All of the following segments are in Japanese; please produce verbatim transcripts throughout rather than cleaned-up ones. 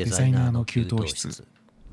デザイナーの給湯室。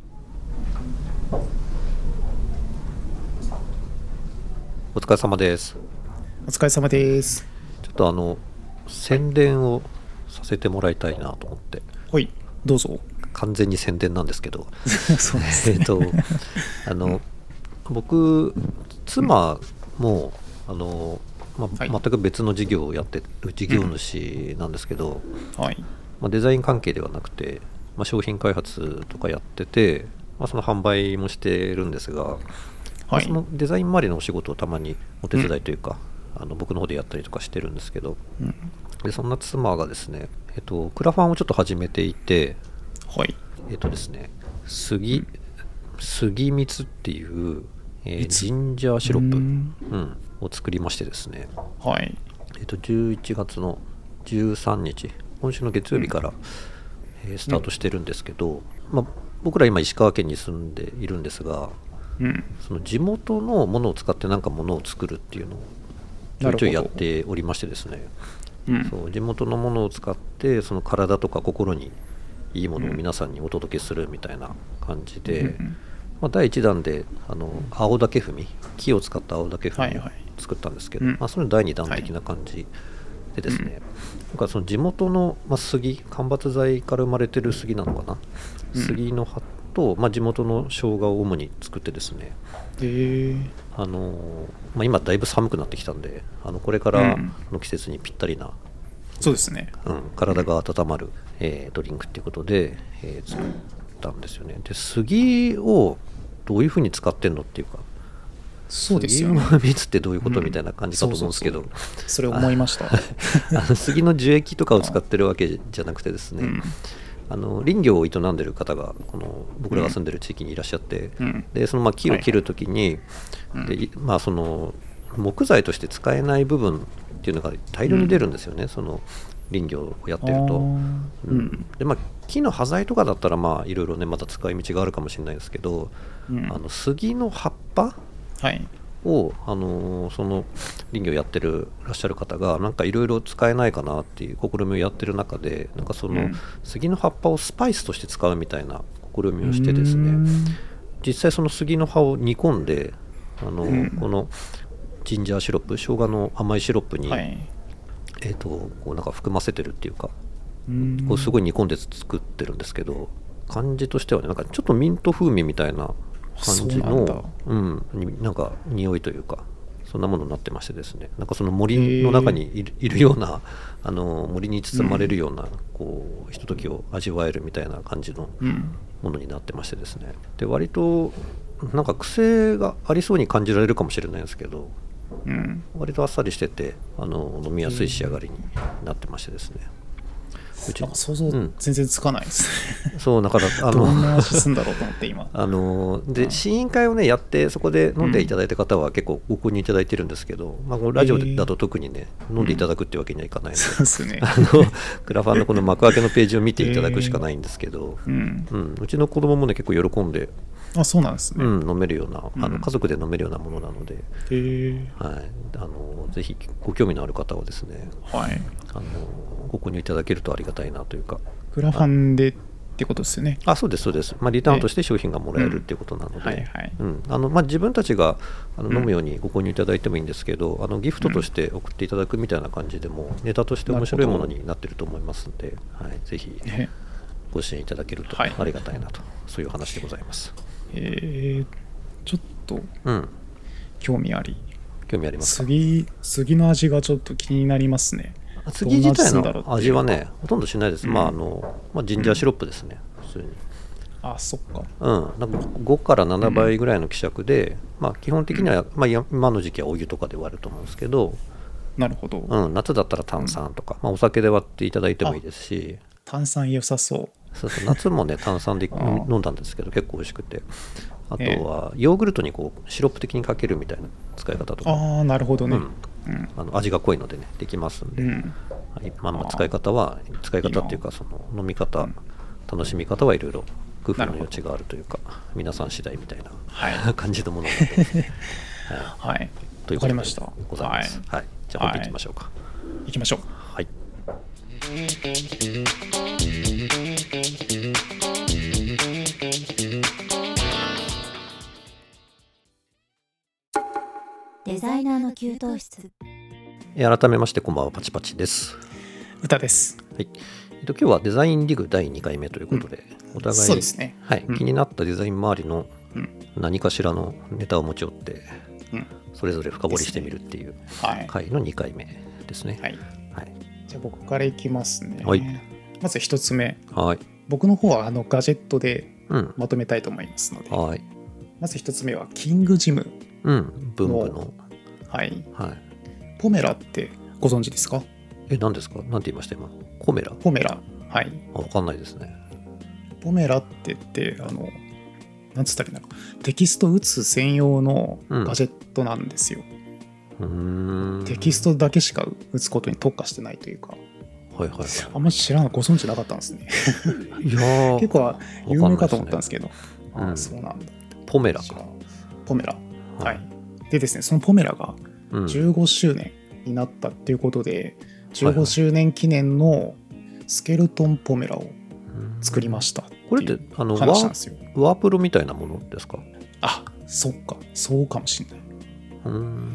お疲れ様です。 お疲れ様です。 ちょっとあの宣伝をさせてもらいたいなと思って。 はい、どうぞ。 完全に宣伝なんですけどそうですね。 えっとあの、うん、僕妻もあの、まあはい、全く別の事業をやってる事業主なんですけど、 うんはいまあ、デザイン関係ではなくて、まあ、商品開発とかやってて、まあ、その販売もしてるんですが、はいまあ、そのデザイン周りのお仕事をたまにお手伝いというか、うん、あの僕の方でやったりとかしてるんですけど、うん、でそんな妻がですね、えっと、クラファンをちょっと始めていて、 はいえっとですね杉、うん、杉蜜っていう、えー、ジンジャーシロップ、うんうん、を作りましてですね、 はいえっと、じゅういちがつのじゅうさんにち今週の月曜日から、うんえー、スタートしてるんですけど、うんまあ、僕ら今石川県に住んでいるんですが、うん、その地元のものを使って何かものを作るっていうのをちょいちょいやっておりましてですね、うん、そう地元のものを使ってその体とか心にいいものを皆さんにお届けするみたいな感じで、うんまあ、だいいちだんであの青竹踏み木を使った青竹踏みを作ったんですけど、はいはいまあ、それのだいにだん的な感じでですね、はい、なんかその地元の、まあ、杉間伐材から生まれてる杉なのかな、うん、杉の葉と、まあ、地元の生姜を主に作ってですね、 えーあのまあ、今だいぶ寒くなってきたんであのこれからの季節にぴったりな、うん、 そうですね、 うん、体が温まる、えー、ドリンクっていうことで、えー、作ったんですよね。で杉をどういうふうに使ってんのっていうか、 そうですよね、 杉の蜜ってどういうこと、うん、みたいな感じかと思うんですけど、 そうそうそうそれ思いましたあの杉の樹液とかを使ってるわけじゃなくてですね、うん、あの林業を営んでる方がこの僕らが住んでる地域にいらっしゃって、うん、でそのまあ木を切るときに、はいでまあ、その木材として使えない部分っていうのが大量に出るんですよね、うん、その林業をやってると、うんでまあ、木の端材とかだったらまあいろいろねまた使い道があるかもしれないですけど、うん、あの杉の葉っぱ、はいを、あのー、その林業やってるらっしゃる方がなんかいろいろ使えないかなっていう試みをやってる中でなんかその杉の葉っぱをスパイスとして使うみたいな試みをしてですね、実際その杉の葉を煮込んであの、うん、このジンジャーシロップ生姜の甘いシロップに、はいえー、とこうなんか含ませてるっていうかうんこうすごい煮込んで作ってるんですけど感じとしてはねなんかちょっとミント風味みたいな感じのうん、なんか匂いというかそんなものになってましてですねなんかその森の中にい る, いるようなあの森に包まれるような、うん、こうひとときを味わえるみたいな感じのものになってましてですねで割となんか癖がありそうに感じられるかもしれないんですけど、うん、割とあっさりしててあの飲みやすい仕上がりになってましてですねうちなんか想像全然つかないですね、 うん、そうだからあのどんな味するんだろうと思って今あので、うん、試飲会をねやってそこで飲んでいただいた方は結構ご購入いただいてるんですけど、うんまあ、このラジオだと特にね、えー、飲んでいただくってわけにはいかないので、うん、そうですね、あのクラファンのこの幕開けのページを見ていただくしかないんですけど、えーうんうん、うちの子供もね結構喜んであそうなんですね、 うん、飲めるようなあの家族で飲めるようなものなので、 えーはい、あのぜひご興味のある方はですね、はい、あのご購入いただけるとありがたいなというかクラファンでってことですよね。 あそうですそうです、まあ、リターンとして商品がもらえるっていうことなので自分たちがあの飲むようにご購入いただいてもいいんですけど、うん、あのギフトとして送っていただくみたいな感じでもネタとして面白いものになってると思いますので、はい、ぜひご支援いただけるとありがたいなと、はい、そういう話でございます。 えー、ちょっと興味あり、 うん、興味ありますか。 杉、杉の味がちょっと気になりますね。 杉自体の味はねほとんどしないです、うんまああのまあ、ジンジャーシロップですね、うん、普通にあそっか、 うん、なんかごからななばいぐらいの希釈で、うんまあ、基本的には、まあ、今の時期はお湯とかで割ると思うんですけどなるほど、 うん、夏だったら炭酸とか、うんまあ、お酒で割っていただいてもいいですし炭酸良さそうそうそう夏もね炭酸で飲んだんですけど結構美味しくてあとはヨーグルトにこうシロップ的にかけるみたいな使い方とかああなるほどね、 うんうん、あの味が濃いのでねできますんで、うんはいまあ、まあ使い方は使い方っていうかその飲み方、うん、楽しみ方はいろいろ工夫の余地があるというか皆さん次第みたいな、はい、感じのものなのではい、はい、 ということでございます、はいはい、じゃあ本編いきましょうか、 はい、いきましょうはいデザイナーの給湯室。 改めましてこんばんは、パチパチです。 歌です。 はい。えっと、今日はデザインリグだいにかいめということで、うん、お互いそうですね、 はい、 うん、 気になったデザイン周りの何かしらのネタを持ち寄って、うん、それぞれ深掘りしてみるっていう回のにかいめですね。はい。 はい、じゃあ僕からいきますね。 はい。 まずひとつめ。 はい。 僕の方はあのガジェットでまとめたいと思いますので。うん、はい。まずひとつめはキングジム。 うん。文具の。 はい。 はい。 ポメラってご存知ですか？ え、何ですか？何て言いました今？ポメラ？ ポメラ。はい。 あ、わかんないですね。 ポメラって言って、あの、なんつったらいいんだろう。テキスト打つ専用のガジェットなんですよ。 うん、 テキストだけしか打つことに特化してないというか。 はいはいはい。 あんまり知らない、ご存知なかったんですね。 いや結構有名かと思ったんですけど。 ね、 ああ、そうなんだ。 ポメラか。 ポメラ。はい。でですね、そのポメラがじゅうごしゅうねんになったっていうことで、うん、じゅうごしゅうねん記念のスケルトンポメラを作りましたっていう話なんですよ。 これってあのワー、ワープロみたいなものですか？ あ、そっか、そうかもしれない。 うん、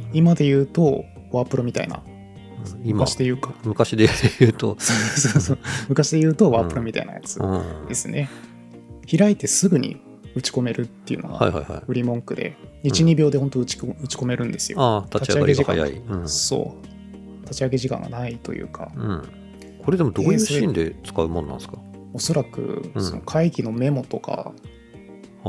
今で言うとワープロみたいな、 今昔で言うか昔で言うとそうそうそう昔で言うとワープロみたいなやつですね、うん、開いてすぐに打ち込めるっていうのが売り文句で、はいはいはい、いちにびょうで本当打ち込、打ち込めるんど、 ああ、立ち上がりが早い、 うん、そう立ち上げ時間がないというか、 うん、これでもどういうシーンで使うもんなんですか？ おそらくその会議のメモとか、 うん、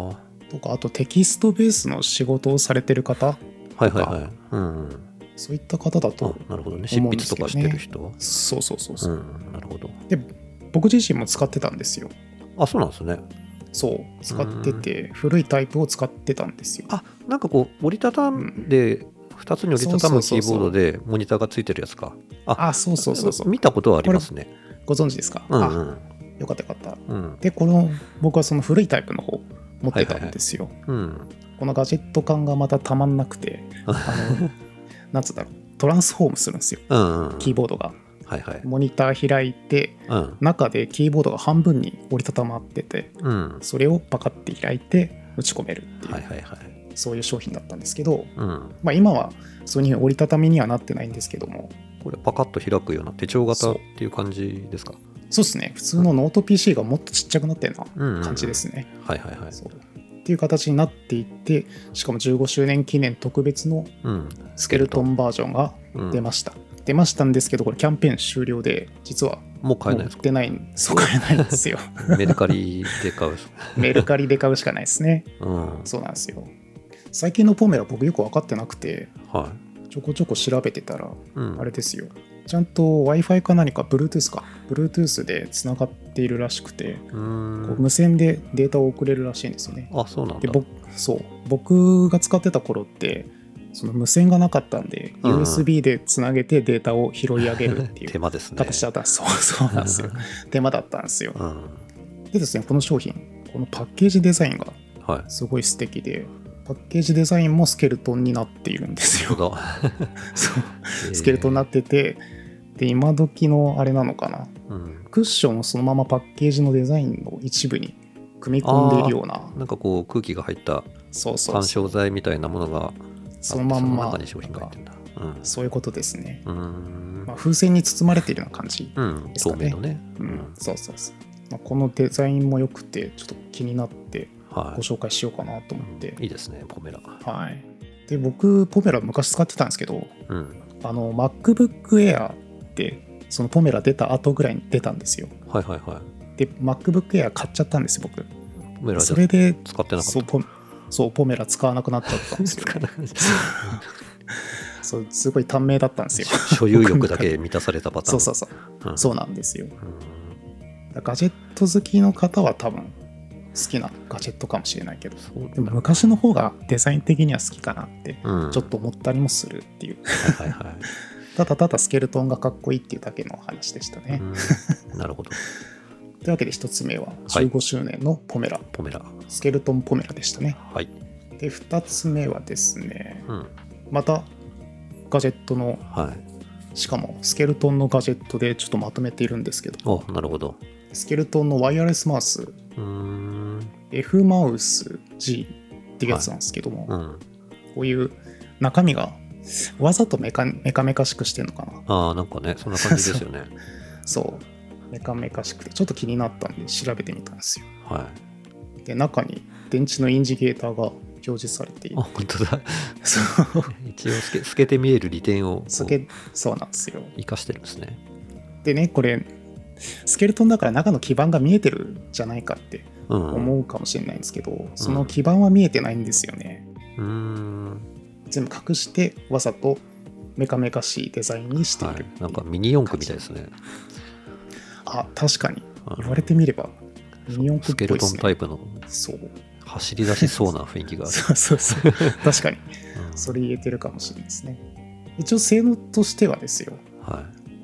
あとかあとテキストベースの仕事をされてる方とか、 はいはいはい、うん、 そういった方だと思うんですけどね。 なるほどね、執筆とかしてる人、 そうそうそうそう、 うん、なるほど。 で僕自身も使ってたんですよ。 あ、そうなんですね。 そう使ってて、古いタイプを使ってたんですよ。 あ、なんかこう折りたたんで、うん、ふたつに折りたたむキーボードでモニターがついてるやつか。 ああ、そうそうそうそう、 見たことはありますね。 ご存知ですか？ うんうん、 あ、よかったよかった、 うん、 でこの僕はその古いタイプの方持ってたんですよ、 はいはいはい、うん、 このガジェット感がまたたまんなくてあのなんつうんだろう、トランスフォームするんですよ、 うんうん、 キーボードが、 はいはい、 モニター開いて、うん、中でキーボードが半分に折りたたまってて、うん、それをパカッて開いて打ち込めるっていう、はいはいはい、そういう商品だったんですけど、うん、まあ、今はそういう折りたたみにはなってないんですけども、 これパカッと開くような手帳型っていう感じですか？ そうですね、普通のノート ピーシー がもっとちっちゃくなったような感じですね、 うんうんうん、はいはいはい、 そうっていう形になっていって、しかもじゅうごしゅうねん記念特別のスケルトンバージョンが出ました、うん、出ましたんですけど、これキャンペーン終了で実はもう買えないですか？ 売ってない、そう買えないんですよメルカリで買うメルカリで買うしかないですね、うん、そうなんですよ。最近のポメラ僕よく分かってなくて、はい、ちょこちょこ調べてたら、うん、あれですよ、ちゃんと Wi-Fi か何か Bluetooth か Bluetooth でつながっているらしくて、うーん、こう無線でデータを送れるらしいんですよね。 あ、そうなんだ。 で僕、そう僕が使ってた頃ってその無線がなかったんで、うん、ユーエスビー でつなげてデータを拾い上げるっていう手間ですね。 形だったんです。そうそうなんですよ手間だったんですよ、うん、でですね、この商品、このパッケージデザインがすごい素敵で、はい、パッケージデザインもスケルトンになっているんですよそうスケルトンになってて、で今時のあれなのかな、うん、クッションをそのままパッケージのデザインの一部に組み込んでいるような、 なんかこう空気が入った緩衝材みたいなものがそのまんま、 中に商品が入ってるんだ、うん、 そういうことですね。うん、まあ、風船に包まれているような感じですかね、うん、透明のね、うん、そうそうそう、まあ、このデザインも良くてちょっと気になってご紹介しようかなと思って、 はい、いいですね、ポメラ。 はい。で僕ポメラ昔使ってたんですけど、うん、あの MacBook Air ってそのポメラ出た後ぐらいに出たんですよ。 はいはいはい。 で MacBook Air 買っちゃったんですよ僕。 ポメラそれで使ってなかった。 そうポそうポメラ使わなくなっちゃったんですよ。そうすごい短命だったんですよ。 所有欲だけ満たされたパターン。 そうそうそう、うん、そうなんですよ。うん、ガジェット好きの方は多分好きなガジェットかもしれないけど、でも昔の方がデザイン的には好きかなってちょっと思ったりもするっていう、うん、はいはいはい、ただただスケルトンがかっこいいっていうだけの話でしたね。 うん、なるほど。 というわけでひとつめはじゅうごしゅうねんのポメラ、はい、 ポメラスケルトンポメラでしたね。 はい。 でふたつめはですね、うん、またガジェットの、はい、しかもスケルトンのガジェットでちょっとまとめているんですけど、 お、なるほど。 スケルトンのワイヤレスマウス、うーん F マウス G っていうやつなんですけども、はい、うん、こういう中身がわざとメカメカメカしくしてんのかな。 ああ、なんかね、そんな感じですよね。 そうメカメカしくてちょっと気になったんで調べてみたんですよ。 はい。 で中に電池のインジケーターが表示されている。 あ、本当だ。 そう一応透け透けて見える利点を透けそうなんですよ。 生かしてるんですね。 でね、これスケルトンだから中の基板が見えてるんじゃないかって思うかもしれないんですけど、うん、その基板は見えてないんですよね。 うーん、 全部隠してわざとメカメカしいデザインにしている、はい、 なんかミニ四駆みたいですね。 あ、確かに言われてみればミニ四駆っぽいですね。 スケルトンタイプのそう走り出しそうな雰囲気がある。 そうそうそう確かに、うん、それ言えてるかもしれないですね。一応性能としてはですよ、はい、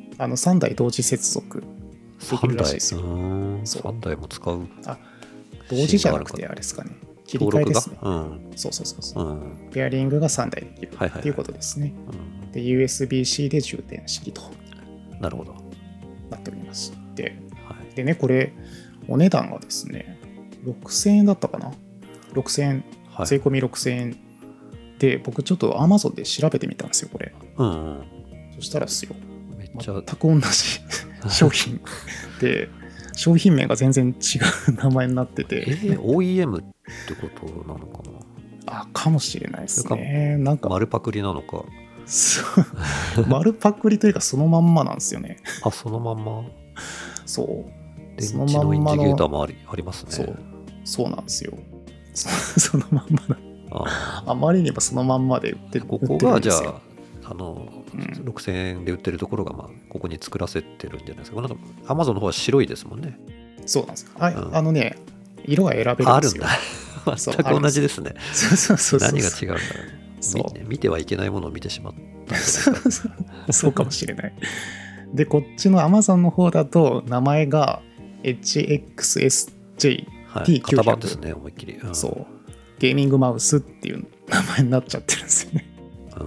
あのさんだい同時接続できるらしいですよ。 さんだいも使う。 あ、同時じゃなくてあれですかね、切り替えですね。うん、そうそうそうそう、うん、ペアリングがさんだいできるっていうことですね。うん、で ユーエスビー-C で充電式となるほどなっておりまして、はい、でね、これお値段がですねろくせんえんだったかな。ろくせんえん、はい、税込みろくせんえんで、僕ちょっと Amazon で調べてみたんですよこれ。うんうん、そしたらですよ、めっちゃ全く同じ商品で商品名が全然違う名前になってて、 えー、オーイーエム ってことなのかな。あ、かもしれないですね。なんか丸パクリなのか。 そう丸パクリというかそのまんまなんですよね。 あ、そのまんま。 そう電池のインジケーターもあり、ありますね。 そうそうなんですよ。そのまんまだ。あ, あまりにもそのまんまで売ってる。 ここがじゃああの、うん、ろくせんえんで売ってるところが、まあ、ここに作らせてるんじゃないですか。アマゾンの方は白いですもんね。 そうなんですよ。あ、うん、あのね、色が選べるんですよ。 あるんだ。全く同じですね。 そうそうそうそう。 何が違うんだろう。そう見てはいけないものを見てしまった。 そうかもしれない。で、こっちのアマゾンの方だと名前が エイチエックスエスジェイティーきゅうひゃく、はい、型番ですね、思いっきり、うん、 そうゲーミングマウスっていう名前になっちゃってるんですよね。うん、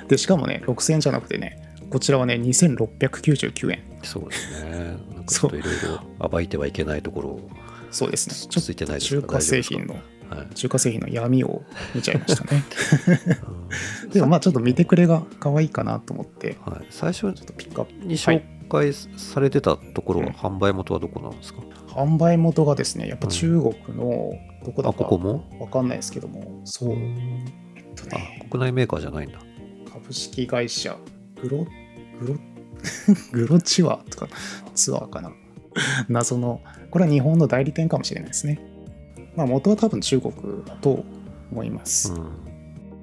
でしかもねろくせんえんじゃなくてね、こちらはねにせんろっぴゃくきゅうじゅうきゅうえん。 そうですね。なんかちょっといろいろ暴いてはいけないところを。 そうですね。 ちょっとついてないですか。 中華製品の、はい、中華製品の闇を見ちゃいましたね。でもまあちょっと見てくれが可愛いかなと思って、 はい、最初ちょっとピックアップに紹介されてたところは、はい、販売元はどこなんですか。 販売元がですね、やっぱ中国のどこだかここも分かんないですけども、そう、えっとね、 あ、国内メーカーじゃないんだ。 株式会社グログログロチワとかツアーかな。謎の、これは日本の代理店かもしれないですね。まあ元は多分中国だと思います。うん、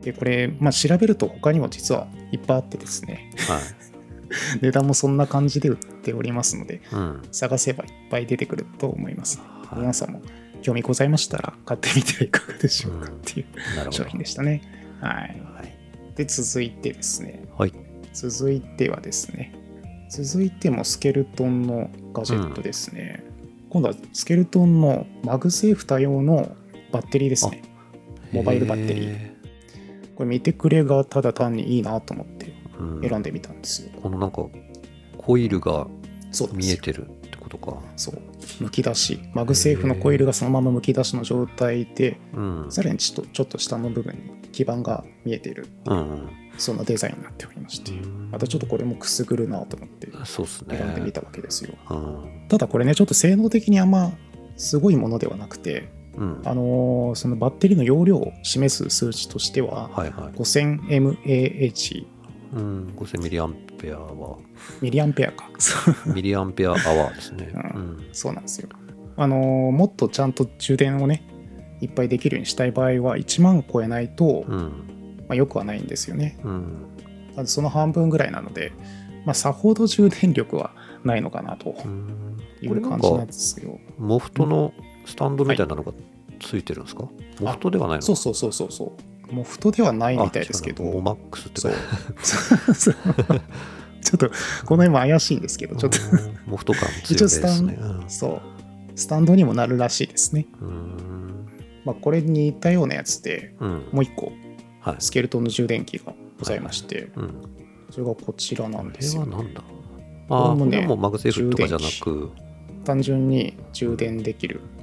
でこれ、まあ、調べると他にも実はいっぱいあってですね、はい、値段もそんな感じで売っておりますので、うん、探せばいっぱい出てくると思います。はい、皆さんも興味ございましたら買ってみてはいかがでしょうかっていう、うん、商品でしたね。はい。はい、で続いてですね、はい、続いてはですね、続いてもスケルトンのガジェットですね。うん、今度はスケルトンのマグセーフ多用のバッテリーですね。モバイルバッテリー。これ見てくれがただ単にいいなと思って選んでみたんですよ。 うん、このなんかコイルが見えてるってことか。 そう。むき出し。マグセーフのコイルがそのままむき出しの状態で、うん、さらにちょっと、ちょっと下の部分に基板が見えている。うんうん、そんなデザインになっておりまして、またちょっとこれもくすぐるなと思って選んでみたわけですよ。うん、ただこれね、ちょっと性能的にあんますごいものではなくて、うん、あのー、そのバッテリーの容量を示す数値としては、はいはい、ごせんエムエーエイチ、 うん、ごせんミリアンペアはミリアンペアかミリアンペアアワーですね、 うんうん、そうなんですよ。あのー、もっとちゃんと充電をねいっぱいできるようにしたい場合はいちまん超えないと、うん、まあ、よくはないんですよね。うん、その半分ぐらいなので、まあ、さほど充電力はないのかなという感じなんですよ。 モフトのスタンドみたいなのがついてるんですか。はい、モフトではないのか。 そうそうそうそうそうモフトではないみたいですけど、 モマックスってかちょっとこの辺も怪しいんですけど、ちょっとモフト感強いですね。 うん、そうスタンドにもなるらしいですね。うん、まあ、これに似たようなやつで、うん、もう一個、はい、スケルトンの充電器がございまして、はい、うん、それがこちらなんですよ。 これはなんだ。ああ、これもマグセーフとかじゃなく単純に充電できる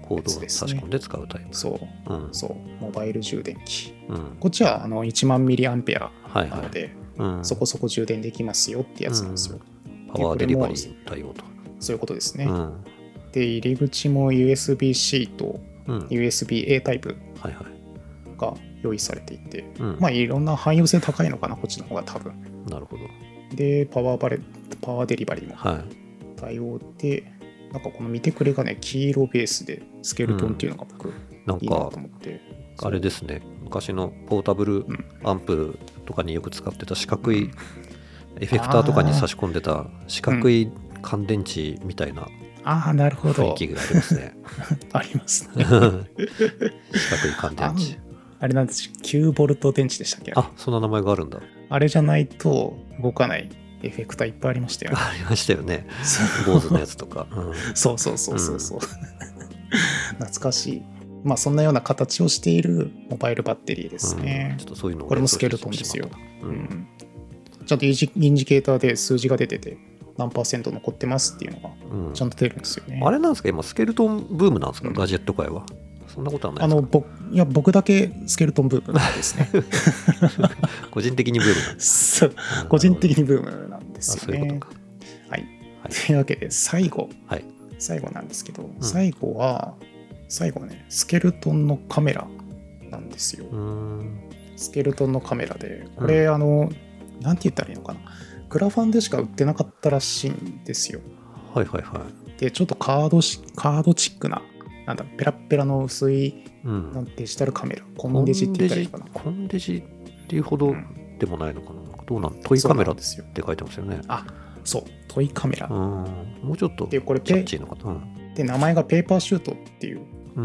コードを差し込んで使うタイプ。 そう、うん、そうモバイル充電器、うん、こっちはあのいちまんミリアンペアなので、はいはい、うん、そこそこ充電できますよってやつなんですよ、 うん、パワーデリバリー対応と。 そういうことですね、うん、で入り口も ユーエスビーシー と ユーエスビーエー タイプが用意されていて、はいはい、まあいろんな汎用性高いのかなこっちの方が多分。 なるほど。でパワーバレパワーデリバリーも対応で、はい、なんかこの見てくれがね黄色ベースでスケルトンっていうのが僕、うん、なんかいいなと思って。 あれですね、昔のポータブルアンプとかによく使ってた四角い、うん、エフェクターとかに差し込んでた四角い乾電池みたいな雰囲気がありますね。 ありますね。四角い乾電池。 あれなんです、きゅうボルト電池でしたっけ？ あ、そんな名前があるんだ。 あれじゃないと動かないエフェクターいっぱいありましたよね。 ありましたよね。坊主のやつとか。うん、 そうそうそうそうそう。うん、懐かしい。まあそんなような形をしているモバイルバッテリーですね。うん、ちょっとそういうのこれもスケルトンですよ。うん、ちゃんとインジケーターで数字が出てて何パーセント残ってますっていうのがちゃんと出るんですよね。 うん、あれなんですか今スケルトンブームなんですか、うん、ガジェット界は。そんなことはないですか？あの僕いや僕だけスケルトンブームなんですね。 個人的にブームなんですそう個人的にブームなんですよね。そういうことか。はい。はい、というわけで最後、はい、最後なんですけど、うん、最後は最後はねスケルトンのカメラなんですよ。うーんスケルトンのカメラでこれ、うん、あのなんて言ったらいいのかな、クラファンでしか売ってなかったらしいんですよ。 はいはいはい。 でちょっとカードしカードチックななんだペラッペラの薄い、うん、デジタルカメラ、コンデジって言ったらいいかな。 コンデジっていうほどでもないのかな、うん、どうなんトイカメラって書いてますよね。 あ、そうトイカメラ。うんもうちょっとキャッチーのかな。 で名前がペーパーシュートっていう、うん、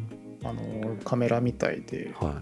あのカメラみたいで、はい、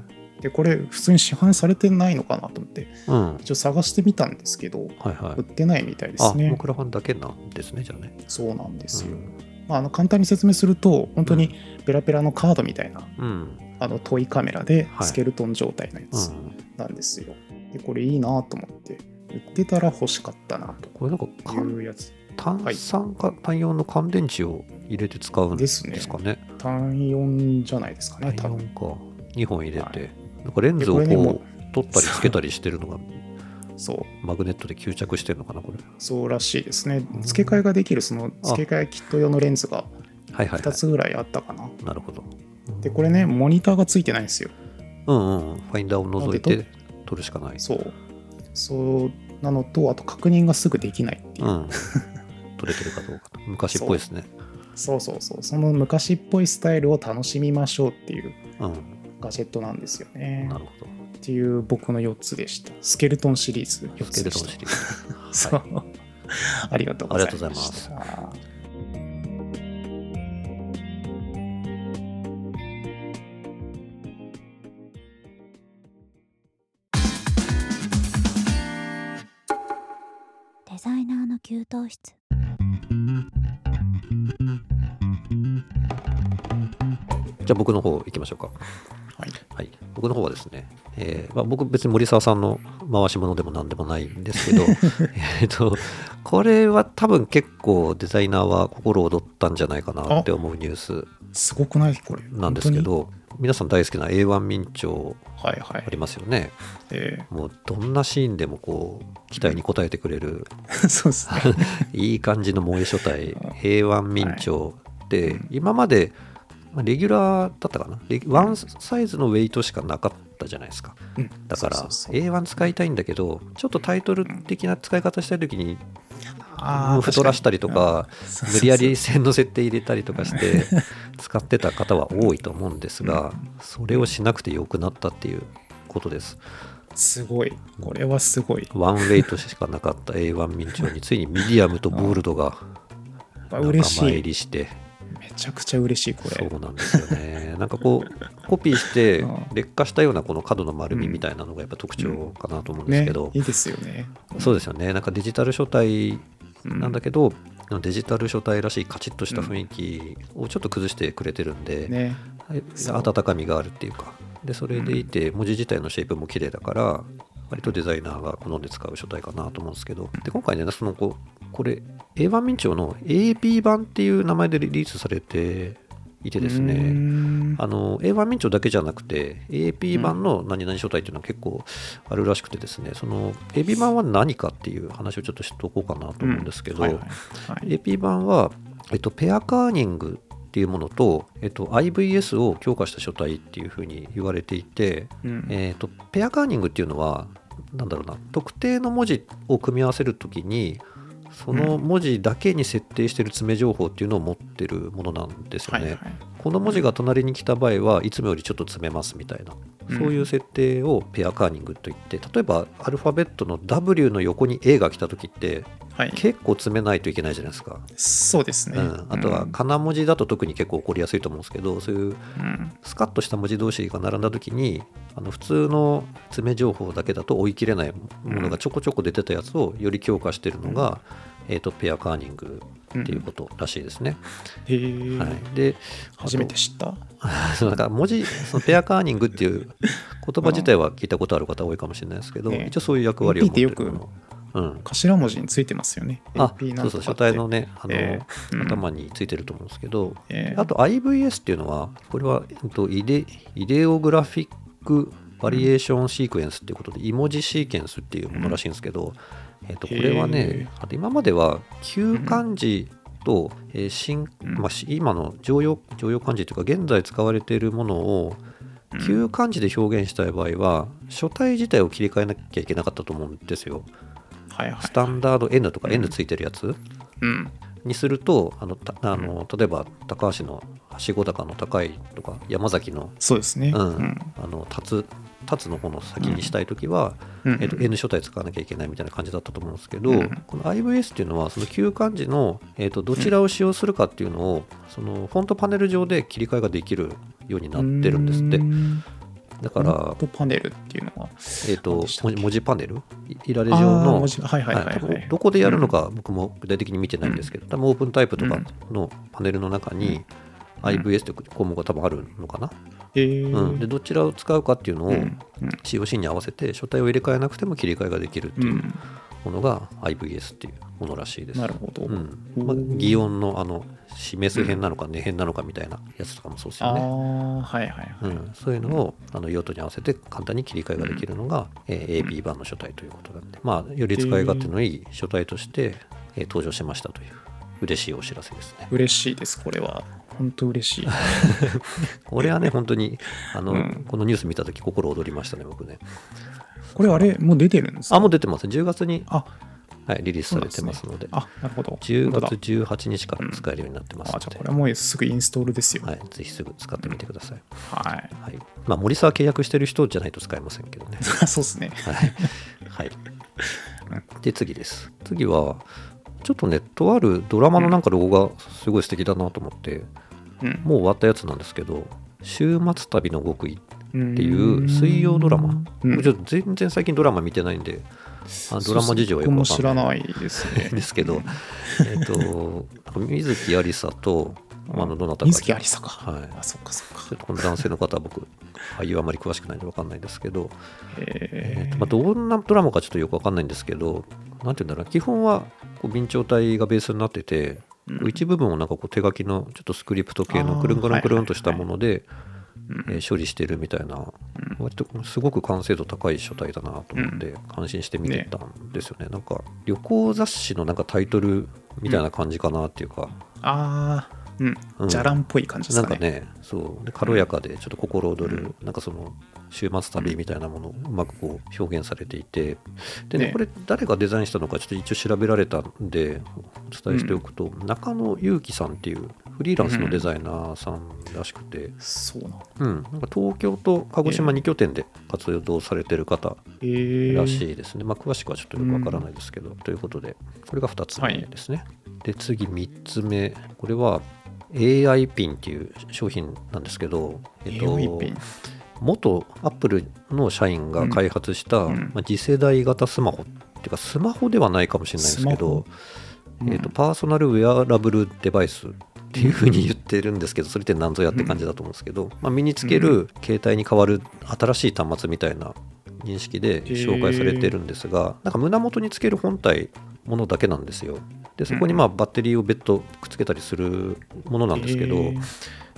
でこれ普通に市販されてないのかなと思って、うん、一応探してみたんですけど、はいはい、売ってないみたいですね。 あ、クラファンだけなんですねじゃあね。 そうなんですよ。うんまあ、あの簡単に説明すると本当にペラペラのカードみたいな、うん、あのトイカメラでスケルトン状態のやつなんですよ。はいうん、でこれいいなと思って売ってたら欲しかったなというやつ。 単酸化単四の乾電池を入れて使うんですかね。ですね単四じゃないですかね。 単四かにほん入れて、はい、なんかレンズをこう取ったりつけたりしてるのがそうマグネットで吸着してるのかなこれ。 そうらしいですね。付け替えができるその付け替えキット用のレンズがふたつぐらいあったかな。はいはいはい、 なるほど。 でこれねモニターがついてないんですよ。 うんうん。ファインダーを除いて撮るしかない。 そうそうなのとあと確認がすぐできないっていう、うん、 撮れてるかどうかと昔っぽいですね。 そうそうそうその昔っぽいスタイルを楽しみましょうっていうガジェットなんですよね。 なるほど。 っていう僕のよっつでした。スケルトンシリーズよっつでした。スケルトンシリーズ。そう。ありがとうございました。 デザイナーの給湯室。 じゃあ僕の方行きましょうか。はいはい、僕の方はですね、えーまあ、僕別に森澤さんの回し物でも何でもないんですけどえとこれは多分結構デザイナーは心躍ったんじゃないかなって思うニュースすごくないこれなんですけど、皆さん大好きな エーワン 明朝ありますよね、はいはいえー、もうどんなシーンでもこう期待に応えてくれるそうですねいい感じの萌え書体 エーワン 明朝で、はい、今までレギュラーだったかなワンサイズのウェイトしかなかったじゃないですか、うん、だから エーワン 使いたいんだけどちょっとタイトル的な使い方したい時に太らしたりとか無理やり線の設定入れたりとかして使ってた方は多いと思うんですがそれをしなくてよくなったっていうことです。 すごいこれはすごいワンウェイトしかなかった エーワン 明朝についにミディアムとボールドが仲間入りしてめちゃくちゃ嬉しいこれ。 そうなんですよね。なんかこうコピーして劣化したようなこの角の丸みみたいなのがやっぱ特徴かなと思うんですけど、 うんね、いいですよね。 そうですよね。なんかデジタル書体なんだけど、うん、デジタル書体らしいカチッとした雰囲気をちょっと崩してくれてるんで、うんね、温かみがあるっていうかでそれでいて文字自体のシェイプも綺麗だから割とデザイナーが好んで使う書体かなと思うんですけどで今回ねそのこうこれ エーワン 明朝の エービー 版っていう名前でリリースされていてですね、あの エーワン 明朝だけじゃなくて エーピー 版の何々書体っていうのは結構あるらしくてですね、その エーピー 版は何かっていう話をちょっとしておこうかなと思うんですけど、エーピー 版は、えっと、ペアカーニングっていうものと、えっと、アイブイエス を強化した書体っていうふうに言われていて、うん、えっと、ペアカーニングっていうのはなんだろうな、特定の文字を組み合わせるときにその文字だけに設定している詰め情報っていうのを持ってるものなんですよね、はいはい、この文字が隣に来た場合はいつもよりちょっと詰めますみたいな、そういう設定をペアカーニングといって、例えばアルファベットの ダブリュー の横に A が来た時って結構詰めないといけないじゃないですか。 そうですね、 うん、あとはかな文字だと特に結構起こりやすいと思うんですけど、そういうスカッとした文字同士が並んだ時にあの普通の詰め情報だけだと追い切れないものがちょこちょこ出てたやつをより強化しているのが、えーと、ペアカーニングっていうことらしいですね。 うん、へー、 はい、で初めて知った。 なんか文字そのペアカーニングっていう言葉自体は聞いたことある方多いかもしれないですけど、ね、一応そういう役割を持ってるもの。うん、 頭文字についてますよね。 あ、そうそう、書体のね、あの、えー、頭についてると思うんですけど、えー、あと アイブイエス っていうのは、これはイデ、イデオグラフィックバリエーションシークエンスっていうことで、イモジシーケンスっていうものらしいんですけど、うん、えー、とこれはね、あと今までは旧漢字と、えー新まあ、今の常用、常用漢字というか、現在使われているものを旧漢字で表現したい場合は、書体自体を切り替えなきゃいけなかったと思うんですよ。 はいはいはい、 スタンダード N とか N ついてるやつ、うん、にするとあのたあの例えば高橋のはしご高の高いとか山崎のそうですね、 うんうん、あの立つ立つの方の先にしたいときは、うんえー、と N 書体使わなきゃいけないみたいな感じだったと思うんですけど、うん、この アイブイエス っていうのはその旧漢字の、えー、とどちらを使用するかっていうのをそのフォントパネル上で切り替えができるようになってるんですって。だからフォントパネルっていうのは、 えー、と文字パネルいられ上のどこでやるのか僕も具体的に見てないんですけど、うん、多分オープンタイプとかのパネルの中に アイブイエス という項目が多分あるのかな、うんうん、でどちらを使うかっていうのを シーオーシー に合わせて書体を入れ替えなくても切り替えができるっていうものが アイブイエス っていうものらしいです。 なるほど、 うんまあ、擬音のあの示す編なのか根編なのかみたいなやつとかもそうですよね。 あ、はいはいはいうん、そういうのをあの用途に合わせて簡単に切り替えができるのが、うんえー、エーピー 版の書体ということなんで、まあ、より使い勝手のいい書体として、えー、登場しましたという嬉しいお知らせですね。 嬉しいです。これは本当嬉しい。 俺はね本当にあの、うん、このニュース見たとき心躍りましたね僕ね。 これあれもう出てるんですか？ あもう出てます。じゅうがつにあはい、リリースされてますので、 あ、なるほど。 じゅうがつじゅうはちにちから使えるようになってますので、うん、あ、じゃあこれはもうすぐインストールですよ。 はい、ぜひすぐ使ってみてください。 はい。 はい、まあ森沢契約してる人じゃないと使えませんけどね。 そうですね。 はい。はい。で次です。次はちょっとねとあるドラマのなんかロゴがすごい素敵だなと思って、うん、もう終わったやつなんですけど、週末旅の極意っていう水曜ドラマ。うん、ちょっと全然最近ドラマ見てないんで。あドラマ事情はよくわかんない。 僕も知らないですね。 ですけど、えっと水木有沙と、あのどなたか。 水木有沙か。 はい。 あ、そっかそっか。 ちょっとこの男性の方は僕俳優あまり詳しくないんでわかんないですけど、えーとまあ、どんなドラマかちょっとよくわかんないんですけど、なんていうんだろう、基本はこう明朝体がベースになってて、うん、一部分をなんかこう手書きのちょっとスクリプト系のくるんくるんくるんとしたもので。えー、処理してるみたいな、うん、割とすごく完成度高い書体だなと思って感心して見てたんですよね。うん、ねなんか旅行雑誌のなんかタイトルみたいな感じかなっていうか、うん、 ああうん、じゃらんっぽい感じですかね。 なんかね、そうで軽やかでちょっと心躍る、うん、なんかその週末旅みたいなものをうまくこう表現されていて、でね、ねこれ誰がデザインしたのかちょっと一応調べられたんでお伝えしておくと、うん、中野祐樹さんっていうフリーランスのデザイナーさんらしくて、うん、 そうなの、 うん、なんか東京と鹿児島に拠点で活動されてる方らしいですね。まあ、詳しくはちょっとよくわからないですけど、うん、ということでこれがふたつめですね。はい、で次みっつめ、これはエーアイ ピンっていう商品なんですけど、えっと、元アップルの社員が開発した、うんまあ、次世代型スマホっていうかスマホではないかもしれないですけど、うんえっと、パーソナルウェアラブルデバイスっていうふうに言ってるんですけど、それって何ぞやって感じだと思うんですけど、まあ、身につける携帯に代わる新しい端末みたいな認識で紹介されてるんですが、なんか胸元につける本体ものだけなんですよ。でそこにまあバッテリーを別途くっつけたりするものなんですけど、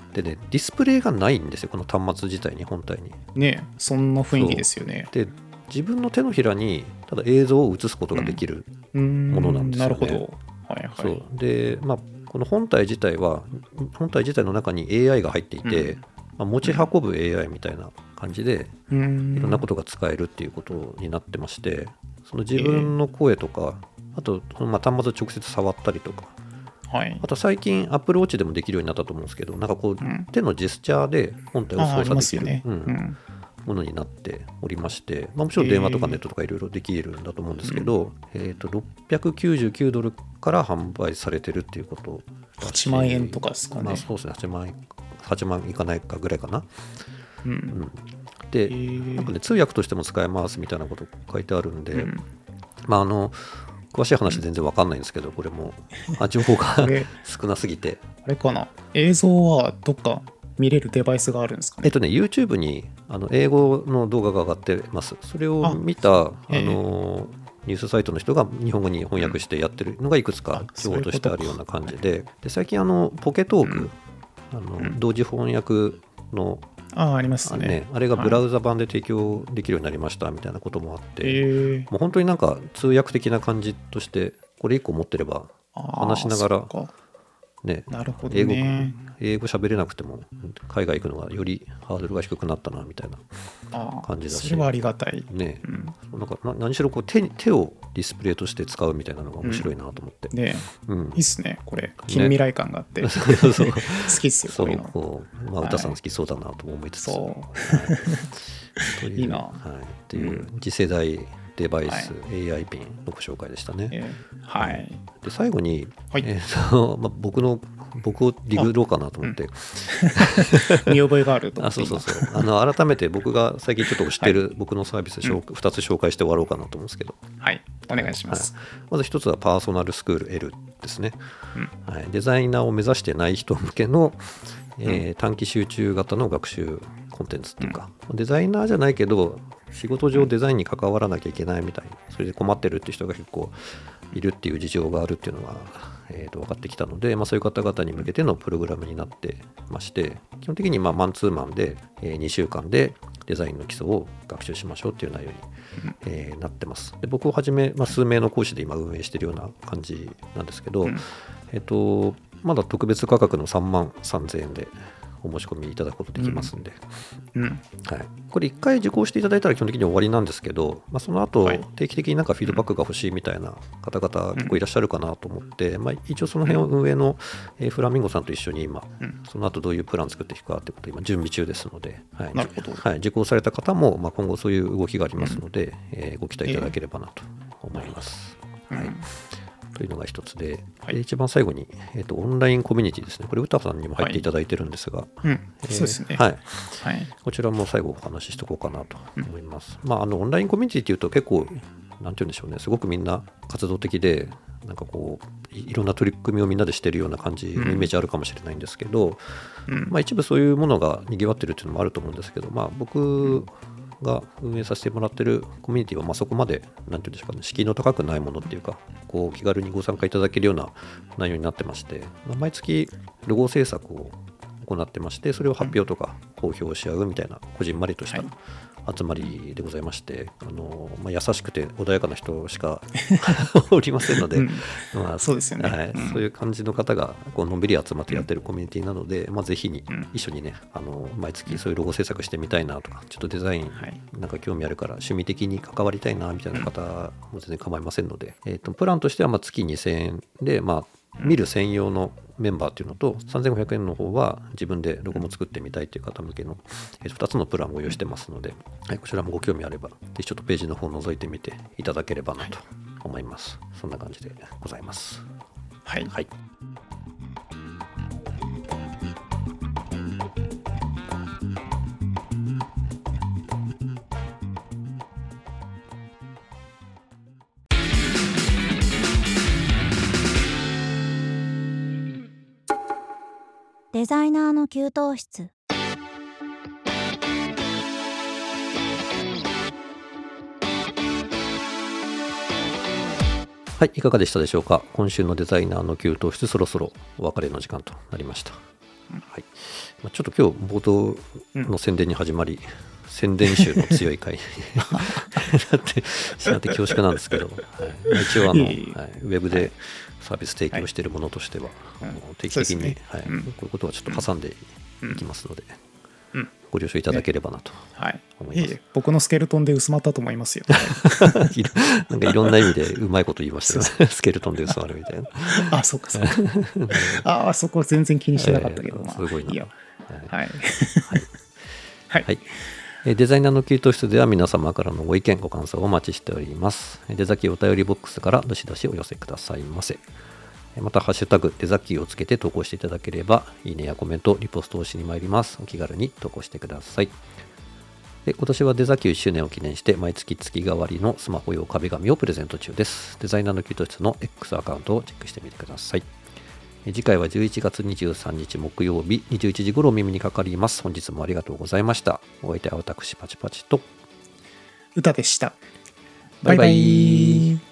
でね、ディスプレイがないんですよ、この端末自体に、本体に。 ね、そんな雰囲気ですよね。 で、自分の手のひらにただ映像を映すことができるものなんですよね。 うん、なるほど。はいはい。 そうで、まあ、この本体自体は、本体自体の中に エーアイ が入っていて、うん、まあ、持ち運ぶ エーアイ みたいな感じで、いろんなことが使えるっていうことになってまして、その自分の声とか、えー、あと、まあ、端末直接触ったりとか、はい、あと最近 Apple Watch でもできるようになったと思うんですけど、なんかこう、うん、手のジェスチャーで本体を操作できる、ね、うんうん、ものになっておりまして、まあ、もちろん電話とかネットとかいろいろできるんだと思うんですけど、えー、えーとろっぴゃくきゅうじゅうきゅうドルから販売されてるっていうことはちまんえんとかですかね。 まあ、そうですね、はちまんえん、はちまんいかないかぐらいかな。うんうん、で、なんかね、通訳としても使えますみたいなこと書いてあるんで、うん、まああの詳しい話全然わかんないんですけど、これもあ情報が少なすぎてあれかな、映像はどっか見れるデバイスがあるんですかね。 えっとね YouTube にあの英語の動画が上がってます。それを見たあ、えー、あのニュースサイトの人が日本語に翻訳してやってるのがいくつか情報としてあるような感じで、で最近あのポケトーク、うん、あの、うん、同時翻訳のあ, ありますね。 ね、あれがブラウザ版で提供できるようになりましたみたいなこともあって、はい、もう本当になんか通訳的な感じとしてこれいっこ持ってれば話しながら、ね、 なるほどね、 英語喋れなくても海外行くのがよりハードルが低くなったなみたいな感じだし、 それはありがたい、 ね、うん、なんか何しろこう 手, 手をディスプレイとして使うみたいなのが面白いなと思って、 うん、ね、うん、いいっすねこれ、近未来感があって、ね、 そうそう好きっすよ、 そうこう、まあ、歌さん好きそうだなと思いつつ、はい、そういいな、 はい、っていう次世代デバイス、はい、エーアイ ピンのご紹介でしたね、 えー、はい、 で最後に、はい、えーとまあ、僕の僕をリグろうかなと思って、 うん、見覚えがあると思ってあそうそうそうあの改めて僕が最近ちょっと推してる僕のサービスを、はい、ふたつ紹介して終わろうかなと思うんですけど、 はいお願いします、 はい、まずひとつはパーソナルスクール L ですね、うん、はい、デザイナーを目指してない人向けの、えー、短期集中型の学習コンテンツっていうか、うん、デザイナーじゃないけど仕事上デザインに関わらなきゃいけないみたいな、それで困ってるっていう人が結構いるっていう事情があるっていうのが、えー、と分かってきたので、まあ、そういう方々に向けてのプログラムになってまして、基本的にまあマンツーマンで、えー、にしゅうかんでデザインの基礎を学習しましょうっていう内容に、えー、なってます。で僕をはじめ、まあ、数名の講師で今運営しているような感じなんですけど、うんえー、とまだ特別価格のさんまんさんぜんえんでお申し込みいただくことできますんで、うんうんはい、これいっかい受講していただいたら基本的に終わりなんですけど、まあ、その後、はい、定期的になんかフィードバックが欲しいみたいな方々結構いらっしゃるかなと思って、うんまあ、一応その辺を運営の、えー、フラミンゴさんと一緒に今、うん、その後どういうプラン作っていくかってことを今準備中ですので、はいなるほどはい、受講された方も、まあ、今後そういう動きがありますので、うんえー、ご期待いただければなと思います、えーはいというのが一つで、はい、で一番最後に、えーと、オンラインコミュニティですね。これ、歌さんにも入っていただいてるんですが、はいうんえー、そうですね、 はいはい。こちらも最後お話ししておこうかなと思います。うんまあ、あのオンラインコミュニティっていうと結構、なんていうんでしょうね、すごくみんな活動的で、なんかこう、い, いろんな取り組みをみんなでしてるような感じのイメージあるかもしれないんですけど、うんまあ、一部そういうものが賑わってるっていうのもあると思うんですけど、まあ、僕、が運営させてもらってるコミュニティはまあそこまでなんていうんですかね、敷居の高くないものっていうか、こう気軽にご参加いただけるような内容になってまして、まあ、毎月ロゴ制作を行ってまして、それを発表とか公表し合うみたいなこじんまりとした集まりでございまして、あのまあ、優しくて穏やかな人しかおりませんので、うんまあ、 そうですよね、 はいうん、そういう感じの方がこうのんびり集まってやってるコミュニティなので、うんまあ、ぜひに一緒にね、あの毎月そういうロゴ制作してみたいなとか、ちょっとデザインなんか興味あるから趣味的に関わりたいなみたいな方も全然構いませんので、えー、とプランとしてはまあ月にせんえんで、まあ、見る専用のメンバーっていうのと、さんぜんごひゃくえんの方は自分でロゴも作ってみたいという方向けのふたつのプランをご用意してますので、はい、こちらもご興味あればぜひちょっとページの方を覗いてみていただければなと思います。そんな感じでございます。 はい、 はいデザイナーの給湯室。 はい、いかがでしたでしょうか。今週のデザイナーの給湯室、そろそろお別れの時間となりました。はいまあ、ちょっと今日冒頭の宣伝に始まり、うん、宣伝集の強い回になってしまって恐縮なんですけど、はい、一応あの、はい、ウェブでサービス提供しているものとしては、はい、定期的に、ねはいうん、こういうことはちょっと挟んでいきますので、うん、ご了承いただければなと思います、ねはい、 僕のスケルトンで薄まったと思いますよなんかいろんな意味でうまいこと言いましたよねスケルトンで薄まるみたいなあそっかそっかああそこ全然気にしてなかったけど、えーまあ、 すごいな。 いいよはい、はいはいはいデザイナーの給湯室では皆様からのご意見ご感想をお待ちしております。デザキーお便りボックスからどしどしお寄せくださいませ。またハッシュタグデザキーをつけて投稿していただければいいねやコメントリポストをしに参ります。お気軽に投稿してください。で今年はデザキューいっしゅうねんを記念して毎月月替わりのスマホ用壁紙をプレゼント中です。デザイナーの給湯室の X アカウントをチェックしてみてください。次回はじゅういちがつにじゅうさんにち木曜日にじゅういちじ頃お耳にかかります。本日もありがとうございました。お相手は私パチパチと歌でした。バイバイ。バイバイ